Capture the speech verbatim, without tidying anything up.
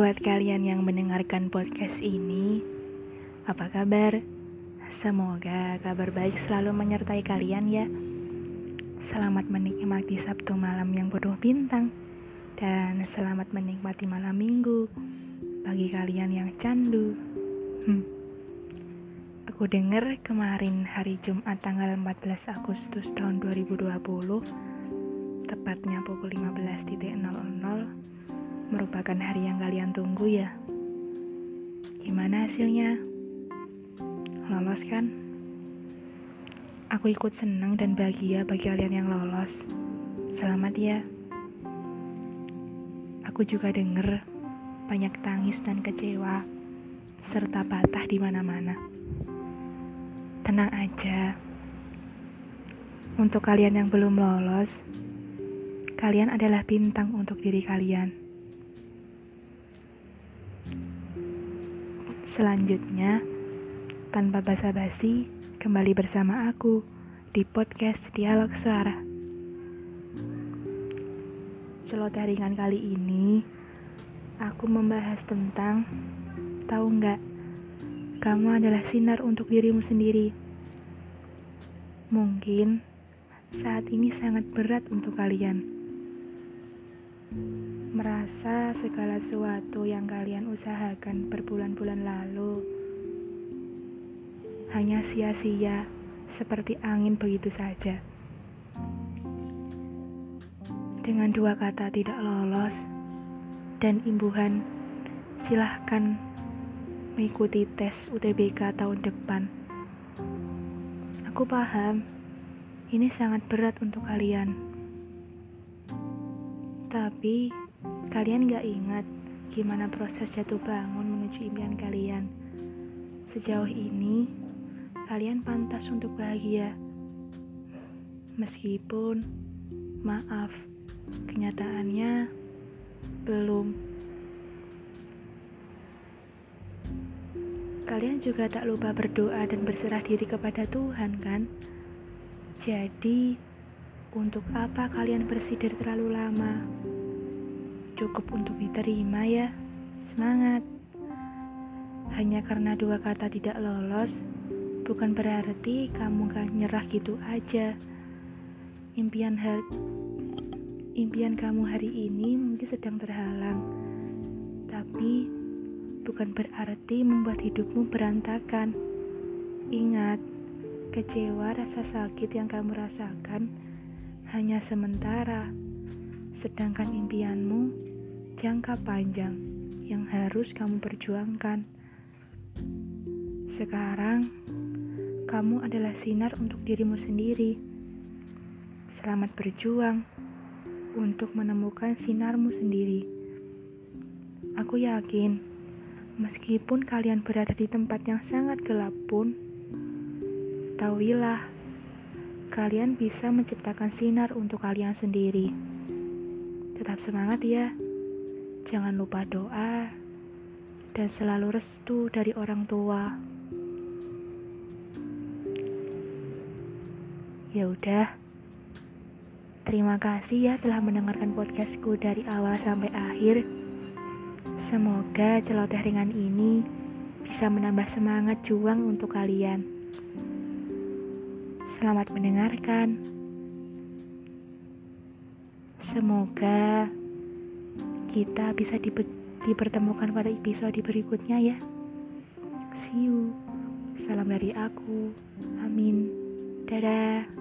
Buat kalian yang mendengarkan podcast ini, apa kabar? Semoga kabar baik selalu menyertai kalian ya. Selamat menikmati Sabtu malam yang penuh bintang. Dan selamat menikmati malam minggu bagi kalian yang candu. Hmm. Aku dengar kemarin hari Jumat tanggal empat belas Agustus tahun dua ribu dua puluh, tepatnya pukul lima belas nol nol, merupakan hari yang kalian tunggu ya. Gimana hasilnya? Lolos kan? Aku ikut senang dan bahagia bagi kalian yang lolos. Selamat ya. Aku juga dengar banyak tangis dan kecewa serta patah di mana-mana. Tenang aja. Untuk kalian yang belum lolos, kalian adalah bintang untuk diri kalian. Selanjutnya, tanpa basa-basi, kembali bersama aku di podcast Dialog Suara. Celoteh ringan kali ini, aku membahas tentang, tahu nggak, kamu adalah sinar untuk dirimu sendiri. Mungkin saat ini sangat berat untuk kalian. Merasa segala sesuatu yang kalian usahakan berbulan-bulan lalu hanya sia-sia seperti angin begitu saja. Dengan dua kata tidak lolos dan imbuhan silahkan mengikuti tes U T B K tahun depan. Aku paham, ini sangat berat untuk kalian. Tapi kalian gak ingat gimana proses jatuh bangun menuju impian kalian. Sejauh ini, kalian pantas untuk bahagia. Meskipun, maaf, kenyataannya belum. Kalian juga tak lupa berdoa dan berserah diri kepada Tuhan, kan? Jadi, untuk apa kalian bersidar terlalu lama? Cukup untuk diterima ya. Semangat. Hanya karena dua kata tidak lolos, bukan berarti kamu gak nyerah gitu aja. Impian har- Impian kamu hari ini mungkin sedang terhalang, tapi bukan berarti membuat hidupmu berantakan. Ingat, kecewa rasa sakit yang kamu rasakan hanya sementara, sedangkan impianmu jangka panjang yang harus kamu perjuangkan. Sekarang, kamu adalah sinar untuk dirimu sendiri. Selamat berjuang untuk menemukan sinarmu sendiri. Aku yakin, meskipun kalian berada di tempat yang sangat gelap pun, tahuilah, kalian bisa menciptakan sinar untuk kalian sendiri. Tetap semangat ya. Jangan lupa doa dan selalu restu dari orang tua. Ya udah. Terima kasih ya telah mendengarkan podcastku dari awal sampai akhir. Semoga celoteh ringan ini bisa menambah semangat juang untuk kalian. Selamat mendengarkan. Semoga kita bisa dipe- dipertemukan pada episode berikutnya ya. See you. Salam dari aku. Amin. Dadah.